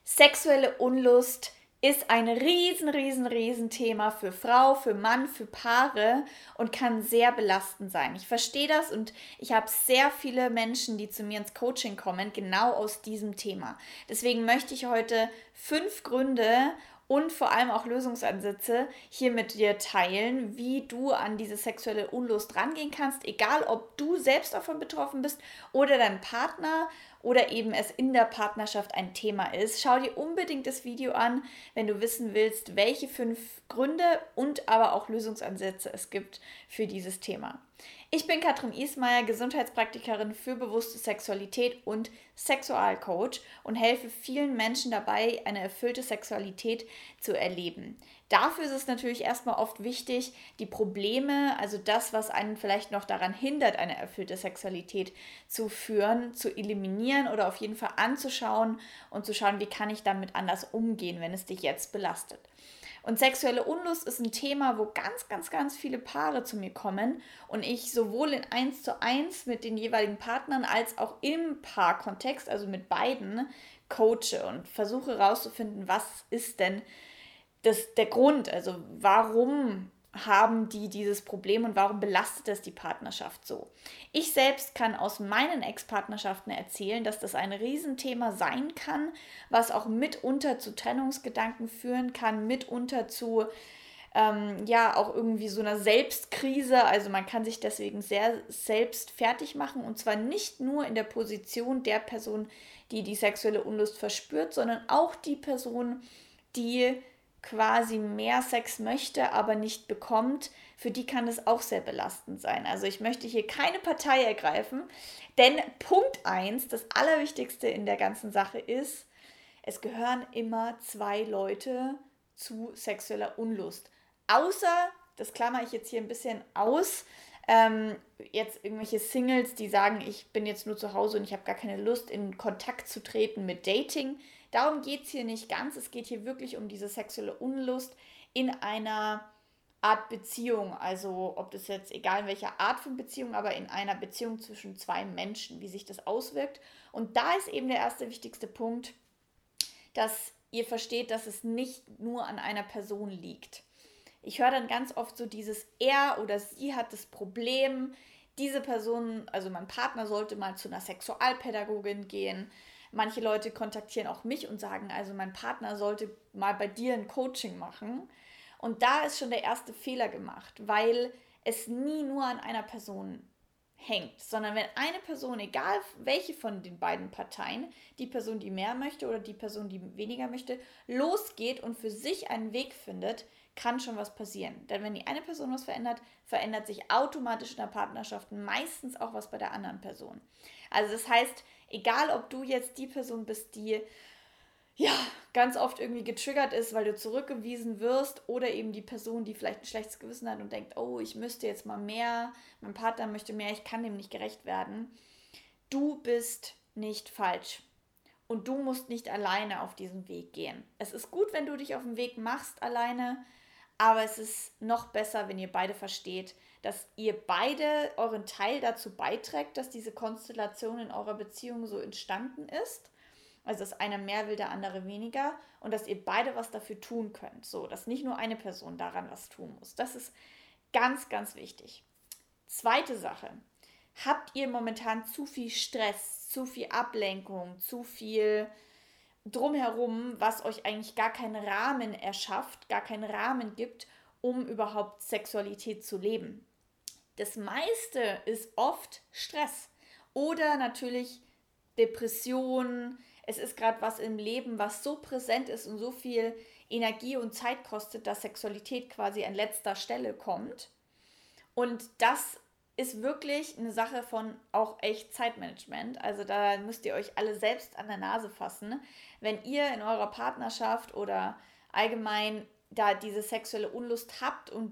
Sexuelle Unlust ist ein riesen Thema für Frau, für Mann, für Paare und kann sehr belastend sein. Ich verstehe das und ich habe sehr viele Menschen, die zu mir ins Coaching kommen, genau aus diesem Thema. Deswegen möchte ich heute 5 Gründe und vor allem auch Lösungsansätze hier mit dir teilen, wie du an diese sexuelle Unlust rangehen kannst, egal ob du selbst davon betroffen bist oder dein Partner oder eben es in der Partnerschaft ein Thema ist. Schau dir unbedingt das Video an, wenn du wissen willst, welche 5 Gründe und aber auch Lösungsansätze es gibt für dieses Thema. Ich bin Katrin Ismayer, Gesundheitspraktikerin für bewusste Sexualität und Sexualcoach und helfe vielen Menschen dabei, eine erfüllte Sexualität zu erleben. Dafür ist es natürlich erstmal oft wichtig, die Probleme, also das, was einen vielleicht noch daran hindert, eine erfüllte Sexualität zu führen, zu eliminieren oder auf jeden Fall anzuschauen und zu schauen, wie kann ich damit anders umgehen, wenn es dich jetzt belastet. Und sexuelle Unlust ist ein Thema, wo ganz viele Paare zu mir kommen und ich sowohl in 1:1 mit den jeweiligen Partnern als auch im Paarkontext, also mit beiden, coache und versuche herauszufinden, was ist denn der Grund, also warum haben die dieses Problem und warum belastet es die Partnerschaft so? Ich selbst kann aus meinen Ex-Partnerschaften erzählen, dass das ein Riesenthema sein kann, was auch mitunter zu Trennungsgedanken führen kann, mitunter zu auch irgendwie so einer Selbstkrise. Also man kann sich deswegen sehr selbst fertig machen und zwar nicht nur in der Position der Person, die die sexuelle Unlust verspürt, sondern auch die Person, die quasi mehr Sex möchte, aber nicht bekommt, für die kann es auch sehr belastend sein. Also ich möchte hier keine Partei ergreifen, denn Punkt 1, das Allerwichtigste in der ganzen Sache ist, es gehören immer 2 Leute zu sexueller Unlust. Außer, das klammer ich jetzt hier ein bisschen aus, jetzt irgendwelche Singles, die sagen, ich bin jetzt nur zu Hause und ich habe gar keine Lust, in Kontakt zu treten mit Dating. Darum geht es hier nicht ganz. Es geht hier wirklich um diese sexuelle Unlust in einer Art Beziehung. Also ob das jetzt, egal in welcher Art von Beziehung, aber in einer Beziehung zwischen 2 Menschen, wie sich das auswirkt. Und da ist eben der erste wichtigste Punkt, dass ihr versteht, dass es nicht nur an einer Person liegt. Ich höre dann ganz oft so dieses er oder sie hat das Problem, diese Person, also mein Partner sollte mal zu einer Sexualpädagogin gehen. Manche Leute kontaktieren auch mich und sagen, also mein Partner sollte mal bei dir ein Coaching machen. Und da ist schon der erste Fehler gemacht, weil es nie nur an einer Person hängt, sondern wenn eine Person, egal welche von den beiden Parteien, die Person, die mehr möchte oder die Person, die weniger möchte, losgeht und für sich einen Weg findet, kann schon was passieren. Denn wenn die eine Person was verändert, verändert sich automatisch in der Partnerschaft meistens auch was bei der anderen Person. Also das heißt, egal ob du jetzt die Person bist, die ja ganz oft irgendwie getriggert ist, weil du zurückgewiesen wirst oder eben die Person, die vielleicht ein schlechtes Gewissen hat und denkt, oh, ich müsste jetzt mal mehr, mein Partner möchte mehr, ich kann dem nicht gerecht werden. Du bist nicht falsch. Und du musst nicht alleine auf diesen Weg gehen. Es ist gut, wenn du dich auf den Weg machst alleine, aber es ist noch besser, wenn ihr beide versteht, dass ihr beide euren Teil dazu beiträgt, dass diese Konstellation in eurer Beziehung so entstanden ist. Also dass einer mehr will, der andere weniger und dass ihr beide was dafür tun könnt. So, dass nicht nur eine Person daran was tun muss. Das ist ganz wichtig. Zweite Sache. Habt ihr momentan zu viel Stress, zu viel Ablenkung, zu viel drumherum, was euch eigentlich gar keinen Rahmen erschafft, gar keinen Rahmen gibt, um überhaupt Sexualität zu leben? Das meiste ist oft Stress oder natürlich Depressionen. Es ist gerade was im Leben, was so präsent ist und so viel Energie und Zeit kostet, dass Sexualität quasi an letzter Stelle kommt. Und das ist wirklich eine Sache von auch echt Zeitmanagement. Also da müsst ihr euch alle selbst an der Nase fassen. Wenn ihr in eurer Partnerschaft oder allgemein da diese sexuelle Unlust habt und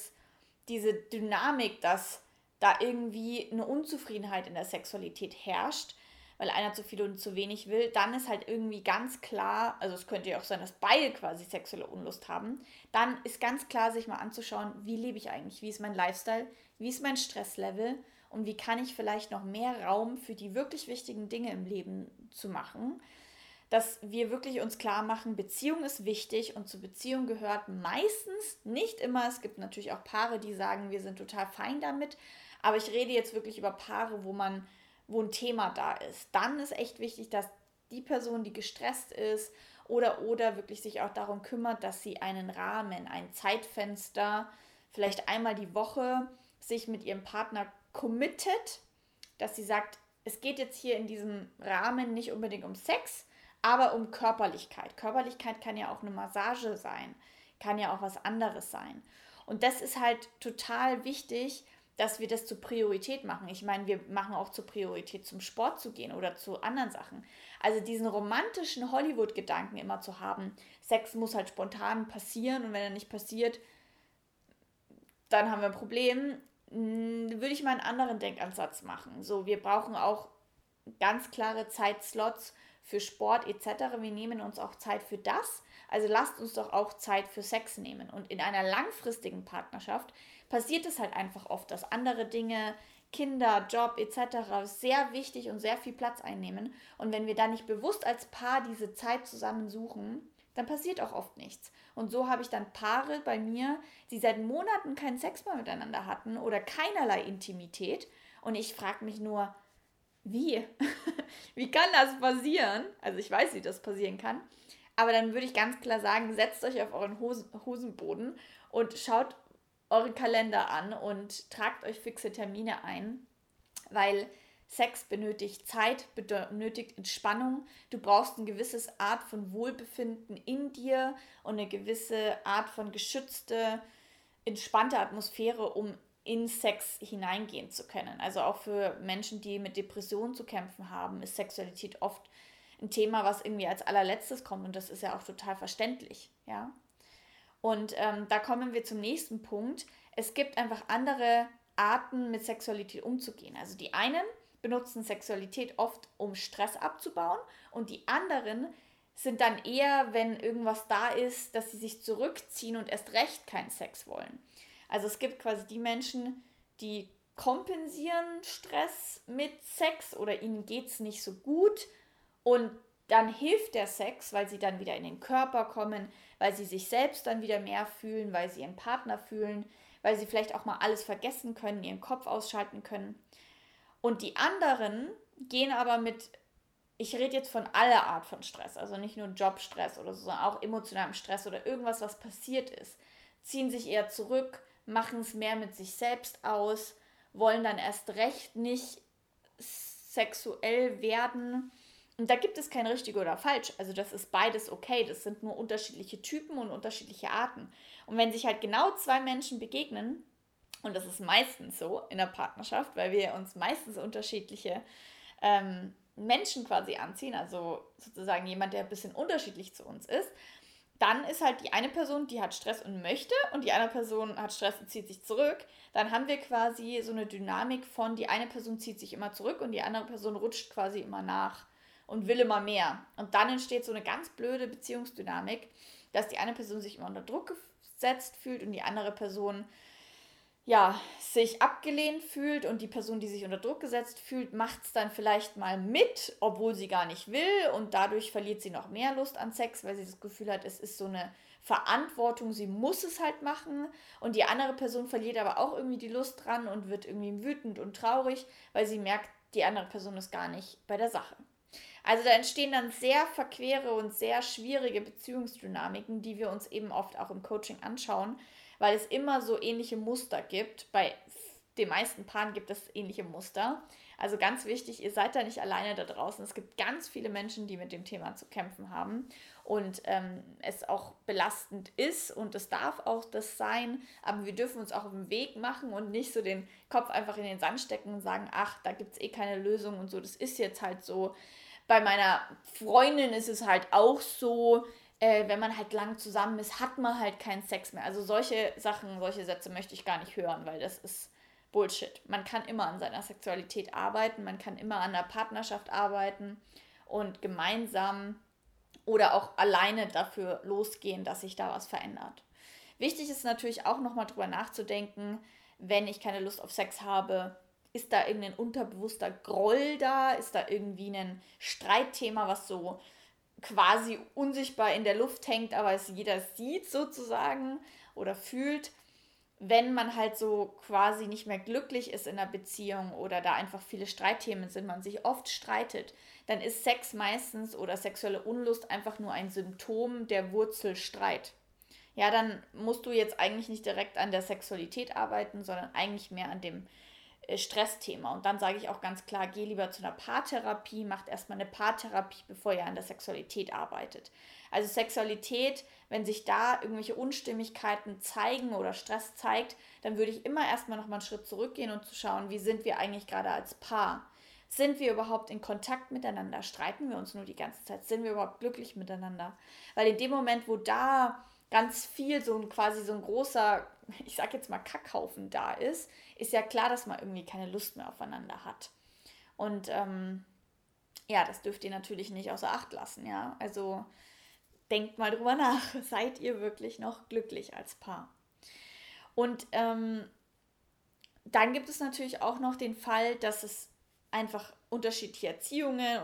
diese Dynamik, dass da irgendwie eine Unzufriedenheit in der Sexualität herrscht, weil einer zu viel und zu wenig will, dann ist halt irgendwie ganz klar, also es könnte ja auch sein, dass beide quasi sexuelle Unlust haben, dann ist ganz klar, sich mal anzuschauen, wie lebe ich eigentlich, wie ist mein Lifestyle, wie ist mein Stresslevel und wie kann ich vielleicht noch mehr Raum für die wirklich wichtigen Dinge im Leben zu machen, dass wir wirklich uns klar machen, Beziehung ist wichtig und zu Beziehung gehört meistens, nicht immer, es gibt natürlich auch Paare, die sagen, wir sind total fein damit, aber ich rede jetzt wirklich über Paare, wo ein Thema da ist. Dann ist echt wichtig, dass die Person, die gestresst ist oder wirklich sich auch darum kümmert, dass sie einen Rahmen, ein Zeitfenster, vielleicht einmal die Woche sich mit ihrem Partner committet, dass sie sagt, es geht jetzt hier in diesem Rahmen nicht unbedingt um Sex, aber um Körperlichkeit. Körperlichkeit kann ja auch eine Massage sein, kann ja auch was anderes sein. Und das ist halt total wichtig, dass wir das zur Priorität machen. Ich meine, wir machen auch zur Priorität, zum Sport zu gehen oder zu anderen Sachen. Also diesen romantischen Hollywood-Gedanken immer zu haben, Sex muss halt spontan passieren und wenn er nicht passiert, dann haben wir ein Problem, würde ich mal einen anderen Denkansatz machen. So, wir brauchen auch ganz klare Zeitslots für Sport etc. Wir nehmen uns auch Zeit für das. Also lasst uns doch auch Zeit für Sex nehmen. Und in einer langfristigen Partnerschaft passiert es halt einfach oft, dass andere Dinge, Kinder, Job etc. sehr wichtig und sehr viel Platz einnehmen. Und wenn wir da nicht bewusst als Paar diese Zeit zusammen suchen, dann passiert auch oft nichts. Und so habe ich dann Paare bei mir, die seit Monaten keinen Sex mehr miteinander hatten oder keinerlei Intimität. Und ich frage mich nur, wie? Wie kann das passieren? Also ich weiß, wie das passieren kann. Aber dann würde ich ganz klar sagen, setzt euch auf euren Hosenboden und schaut eure Kalender an und tragt euch fixe Termine ein, weil Sex benötigt Zeit, benötigt Entspannung. Du brauchst eine gewisse Art von Wohlbefinden in dir und eine gewisse Art von geschützte, entspannte Atmosphäre, um in Sex hineingehen zu können. Also auch für Menschen, die mit Depressionen zu kämpfen haben, ist Sexualität oft ein Thema, was irgendwie als allerletztes kommt und das ist ja auch total verständlich, ja. Und da kommen wir zum nächsten Punkt. Es gibt einfach andere Arten, mit Sexualität umzugehen. Also die einen benutzen Sexualität oft, um Stress abzubauen und die anderen sind dann eher, wenn irgendwas da ist, dass sie sich zurückziehen und erst recht keinen Sex wollen. Also es gibt quasi die Menschen, die kompensieren Stress mit Sex oder ihnen geht es nicht so gut und dann hilft der Sex, weil sie dann wieder in den Körper kommen, weil sie sich selbst dann wieder mehr fühlen, weil sie ihren Partner fühlen, weil sie vielleicht auch mal alles vergessen können, ihren Kopf ausschalten können. Und die anderen gehen aber mit, ich rede jetzt von aller Art von Stress, also nicht nur Jobstress oder so, sondern auch emotionalem Stress oder irgendwas, was passiert ist, ziehen sich eher zurück, machen es mehr mit sich selbst aus, wollen dann erst recht nicht sexuell werden. Und da gibt es kein richtig oder falsch. Also das ist beides okay. Das sind nur unterschiedliche Typen und unterschiedliche Arten. Und wenn sich halt genau zwei Menschen begegnen, und das ist meistens so in der Partnerschaft, weil wir uns meistens unterschiedliche Menschen quasi anziehen, also sozusagen jemand, der ein bisschen unterschiedlich zu uns ist, dann ist halt die eine Person, die hat Stress und möchte und die andere Person hat Stress und zieht sich zurück. Dann haben wir quasi so eine Dynamik von, die eine Person zieht sich immer zurück und die andere Person rutscht quasi immer nach und will immer mehr. Und dann entsteht so eine ganz blöde Beziehungsdynamik, dass die eine Person sich immer unter Druck gesetzt fühlt und die andere Person ja, sich abgelehnt fühlt und die Person, die sich unter Druck gesetzt fühlt, macht es dann vielleicht mal mit, obwohl sie gar nicht will und dadurch verliert sie noch mehr Lust an Sex, weil sie das Gefühl hat, es ist so eine Verantwortung, sie muss es halt machen und die andere Person verliert aber auch irgendwie die Lust dran und wird irgendwie wütend und traurig, weil sie merkt, die andere Person ist gar nicht bei der Sache. Also da entstehen dann sehr verquere und sehr schwierige Beziehungsdynamiken, die wir uns eben oft auch im Coaching anschauen, weil es immer so ähnliche Muster gibt. Bei den meisten Paaren gibt es ähnliche Muster. Also ganz wichtig, ihr seid da nicht alleine da draußen. Es gibt ganz viele Menschen, die mit dem Thema zu kämpfen haben und es auch belastend ist und es darf auch das sein, aber wir dürfen uns auch auf den Weg machen und nicht so den Kopf einfach in den Sand stecken und sagen, ach, da gibt es eh keine Lösung und so, das ist jetzt halt so. Bei meiner Freundin ist es halt auch so, wenn man halt lang zusammen ist, hat man halt keinen Sex mehr. Also solche Sachen, solche Sätze möchte ich gar nicht hören, weil das ist Bullshit. Man kann immer an seiner Sexualität arbeiten, man kann immer an der Partnerschaft arbeiten und gemeinsam oder auch alleine dafür losgehen, dass sich da was verändert. Wichtig ist natürlich auch nochmal drüber nachzudenken, wenn ich keine Lust auf Sex habe, ist da irgendein unterbewusster Groll da? Ist da irgendwie ein Streitthema, was so quasi unsichtbar in der Luft hängt, aber es jeder sieht sozusagen oder fühlt, wenn man halt so quasi nicht mehr glücklich ist in einer Beziehung oder da einfach viele Streitthemen sind, man sich oft streitet, dann ist Sex meistens oder sexuelle Unlust einfach nur ein Symptom der Wurzel Streit. Ja, dann musst du jetzt eigentlich nicht direkt an der Sexualität arbeiten, sondern eigentlich mehr an dem Stressthema. Und dann sage ich auch ganz klar, geh lieber zu einer Paartherapie, macht erstmal eine Paartherapie, bevor ihr an der Sexualität arbeitet. Also Sexualität, wenn sich da irgendwelche Unstimmigkeiten zeigen oder Stress zeigt, dann würde ich immer erstmal nochmal einen Schritt zurückgehen und zu schauen, wie sind wir eigentlich gerade als Paar? Sind wir überhaupt in Kontakt miteinander? Streiten wir uns nur die ganze Zeit? Sind wir überhaupt glücklich miteinander? Weil in dem Moment, wo da ganz viel quasi so ein großer, ich sag jetzt mal Kackhaufen da ist ja klar, dass man irgendwie keine Lust mehr aufeinander hat. Und ja, das dürft ihr natürlich nicht außer Acht lassen, ja. Also denkt mal drüber nach, seid ihr wirklich noch glücklich als Paar? Und dann gibt es natürlich auch noch den Fall, dass es einfach unterschiedliche Erziehungen,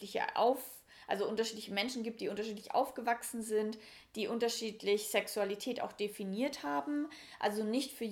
also unterschiedliche Menschen gibt, die unterschiedlich aufgewachsen sind, die unterschiedlich Sexualität auch definiert haben. Also nicht für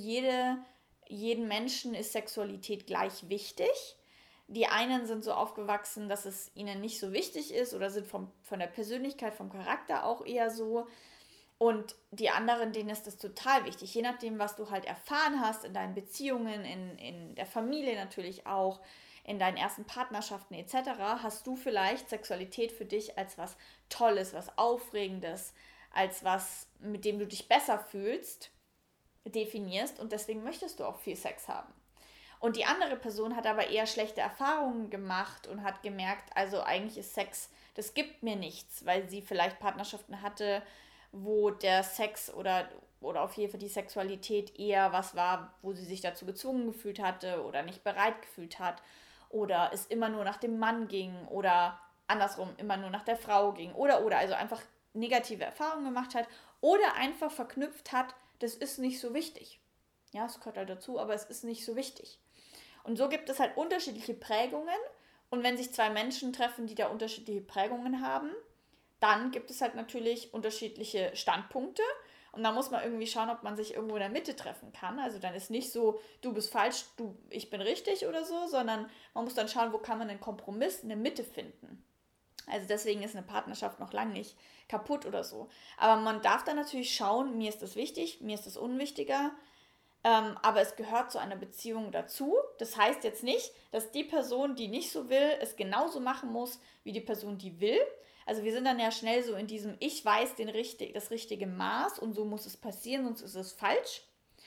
jeden Menschen ist Sexualität gleich wichtig. Die einen sind so aufgewachsen, dass es ihnen nicht so wichtig ist oder sind von der Persönlichkeit, vom Charakter auch eher so. Und die anderen, denen ist das total wichtig. Je nachdem, was du halt erfahren hast in deinen Beziehungen, in der Familie natürlich auch, in deinen ersten Partnerschaften etc., hast du vielleicht Sexualität für dich als was Tolles, was Aufregendes, als was, mit dem du dich besser fühlst, definierst und deswegen möchtest du auch viel Sex haben. Und die andere Person hat aber eher schlechte Erfahrungen gemacht und hat gemerkt, also eigentlich ist Sex, das gibt mir nichts, weil sie vielleicht Partnerschaften hatte, wo der Sex oder auf jeden Fall die Sexualität eher was war, wo sie sich dazu gezwungen gefühlt hatte oder nicht bereit gefühlt hat oder es immer nur nach dem Mann ging oder andersrum immer nur nach der Frau ging oder also einfach negative Erfahrungen gemacht hat oder einfach verknüpft hat, das ist nicht so wichtig. Ja, es gehört halt dazu, aber es ist nicht so wichtig. Und so gibt es halt unterschiedliche Prägungen und wenn sich zwei Menschen treffen, die da unterschiedliche Prägungen haben, dann gibt es halt natürlich unterschiedliche Standpunkte und da muss man irgendwie schauen, ob man sich irgendwo in der Mitte treffen kann. Also dann ist nicht so, du bist falsch, ich bin richtig oder so, sondern man muss dann schauen, wo kann man einen Kompromiss, eine Mitte finden. Also deswegen ist eine Partnerschaft noch lange nicht kaputt oder so. Aber man darf dann natürlich schauen, mir ist das wichtig, mir ist das unwichtiger. Aber es gehört zu einer Beziehung dazu. Das heißt jetzt nicht, dass die Person, die nicht so will, es genauso machen muss, wie die Person, die will. Also wir sind dann ja schnell so in diesem, ich weiß das richtige Maß und so muss es passieren, sonst ist es falsch.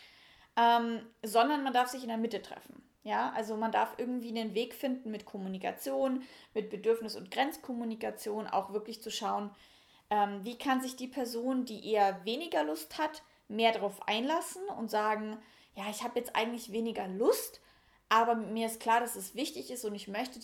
Sondern man darf sich in der Mitte treffen. Ja, also man darf irgendwie einen Weg finden mit Kommunikation, mit Bedürfnis- und Grenzkommunikation, auch wirklich zu schauen, wie kann sich die Person, die eher weniger Lust hat, mehr darauf einlassen und sagen, ja, ich habe jetzt eigentlich weniger Lust, aber mir ist klar, dass es wichtig ist und ich möchte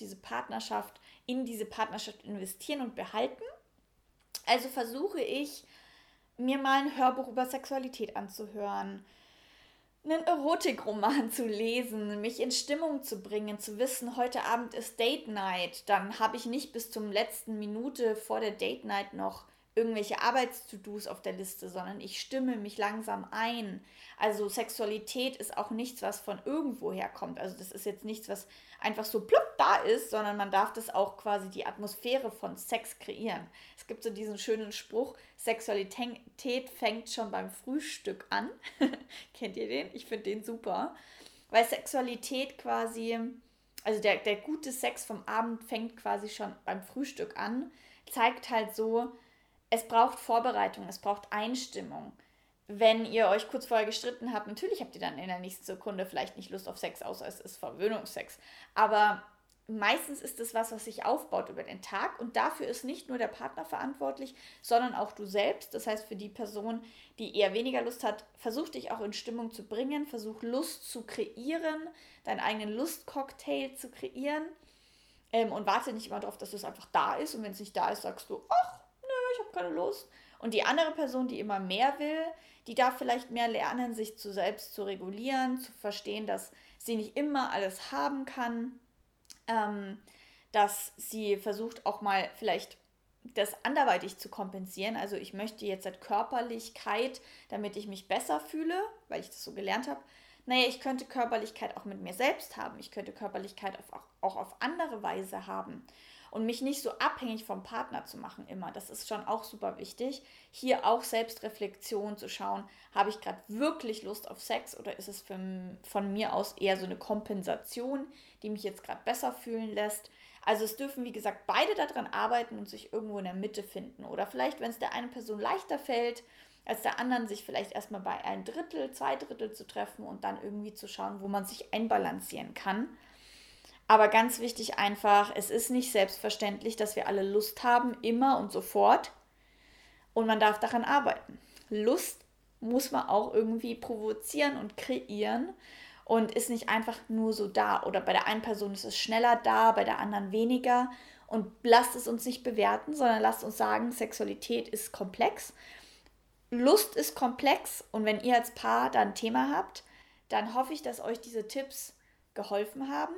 in diese Partnerschaft investieren und behalten. Also versuche ich, mir mal ein Hörbuch über Sexualität anzuhören, einen Erotikroman zu lesen, mich in Stimmung zu bringen, zu wissen, heute Abend ist Date Night, dann habe ich nicht bis zum letzten Minute vor der Date Night noch irgendwelche Arbeits-To-Dos auf der Liste, sondern ich stimme mich langsam ein. Also Sexualität ist auch nichts, was von irgendwo herkommt. Also das ist jetzt nichts, was einfach so plopp da ist, sondern man darf das auch quasi die Atmosphäre von Sex kreieren. Es gibt so diesen schönen Spruch, Sexualität fängt schon beim Frühstück an. Kennt ihr den? Ich finde den super. Weil Sexualität quasi, also der gute Sex vom Abend fängt quasi schon beim Frühstück an, zeigt halt so, es braucht Vorbereitung, es braucht Einstimmung. Wenn ihr euch kurz vorher gestritten habt, natürlich habt ihr dann in der nächsten Sekunde vielleicht nicht Lust auf Sex, außer es ist Verwöhnungsex. Aber meistens ist es was sich aufbaut über den Tag und dafür ist nicht nur der Partner verantwortlich, sondern auch du selbst. Das heißt, für die Person, die eher weniger Lust hat, versuch dich auch in Stimmung zu bringen, versuch Lust zu kreieren, deinen eigenen Lustcocktail zu kreieren und warte nicht immer darauf, dass es einfach da ist und wenn es nicht da ist, sagst du, ach, ich habe keine Lust. Und die andere Person, die immer mehr will, die darf vielleicht mehr lernen, sich selbst zu regulieren, zu verstehen, dass sie nicht immer alles haben kann, dass sie versucht auch mal vielleicht das anderweitig zu kompensieren. Also ich möchte jetzt halt Körperlichkeit, damit ich mich besser fühle, weil ich das so gelernt habe. Naja, ich könnte Körperlichkeit auch mit mir selbst haben. Ich könnte Körperlichkeit auch auf andere Weise haben. Und mich nicht so abhängig vom Partner zu machen immer. Das ist schon auch super wichtig. Hier auch Selbstreflexion zu schauen, habe ich gerade wirklich Lust auf Sex oder ist es von mir aus eher so eine Kompensation, die mich jetzt gerade besser fühlen lässt. Also es dürfen, wie gesagt, beide daran arbeiten und sich irgendwo in der Mitte finden. Oder vielleicht, wenn es der einen Person leichter fällt, als der anderen, sich vielleicht erstmal bei ein Drittel, zwei Drittel zu treffen und dann irgendwie zu schauen, wo man sich einbalancieren kann. Aber ganz wichtig einfach, es ist nicht selbstverständlich, dass wir alle Lust haben, immer und sofort. Und man darf daran arbeiten. Lust muss man auch irgendwie provozieren und kreieren und ist nicht einfach nur so da. Oder bei der einen Person ist es schneller da, bei der anderen weniger. Und lasst es uns nicht bewerten, sondern lasst uns sagen, Sexualität ist komplex. Lust ist komplex und wenn ihr als Paar da ein Thema habt, dann hoffe ich, dass euch diese Tipps geholfen haben.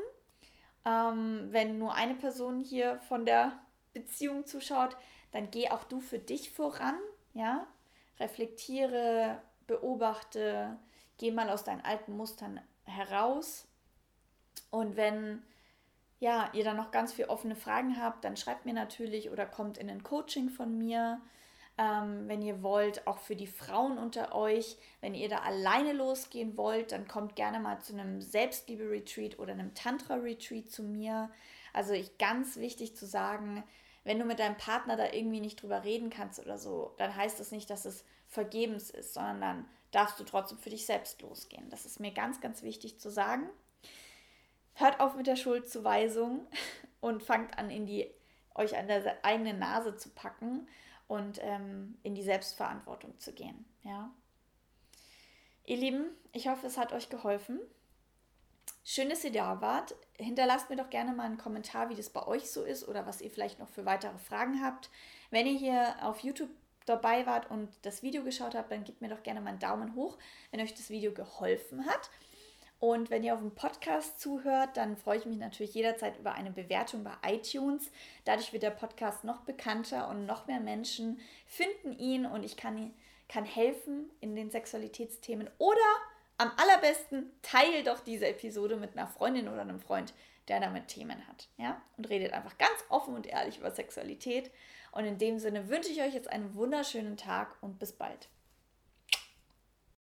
Wenn nur eine Person hier von der Beziehung zuschaut, dann geh auch du für dich voran, ja, reflektiere, beobachte, geh mal aus deinen alten Mustern heraus und wenn ja, ihr dann noch ganz viele offene Fragen habt, dann schreibt mir natürlich oder kommt in ein Coaching von mir. Wenn ihr wollt, auch für die Frauen unter euch, wenn ihr da alleine losgehen wollt, dann kommt gerne mal zu einem Selbstliebe-Retreat oder einem Tantra-Retreat zu mir. Also ganz wichtig zu sagen, wenn du mit deinem Partner da irgendwie nicht drüber reden kannst oder so, dann heißt das nicht, dass es vergebens ist, sondern dann darfst du trotzdem für dich selbst losgehen. Das ist mir ganz, ganz wichtig zu sagen. Hört auf mit der Schuldzuweisung und fangt an, euch an der eigenen Nase zu packen und in die Selbstverantwortung zu gehen. Ja? Ihr Lieben, ich hoffe, es hat euch geholfen. Schön, dass ihr da wart. Hinterlasst mir doch gerne mal einen Kommentar, wie das bei euch so ist oder was ihr vielleicht noch für weitere Fragen habt. Wenn ihr hier auf YouTube dabei wart und das Video geschaut habt, dann gebt mir doch gerne mal einen Daumen hoch, wenn euch das Video geholfen hat. Und wenn ihr auf dem Podcast zuhört, dann freue ich mich natürlich jederzeit über eine Bewertung bei iTunes. Dadurch wird der Podcast noch bekannter und noch mehr Menschen finden ihn und ich kann helfen in den Sexualitätsthemen. Oder am allerbesten teile doch diese Episode mit einer Freundin oder einem Freund, der damit Themen hat. Ja? Und redet einfach ganz offen und ehrlich über Sexualität. Und in dem Sinne wünsche ich euch jetzt einen wunderschönen Tag und bis bald.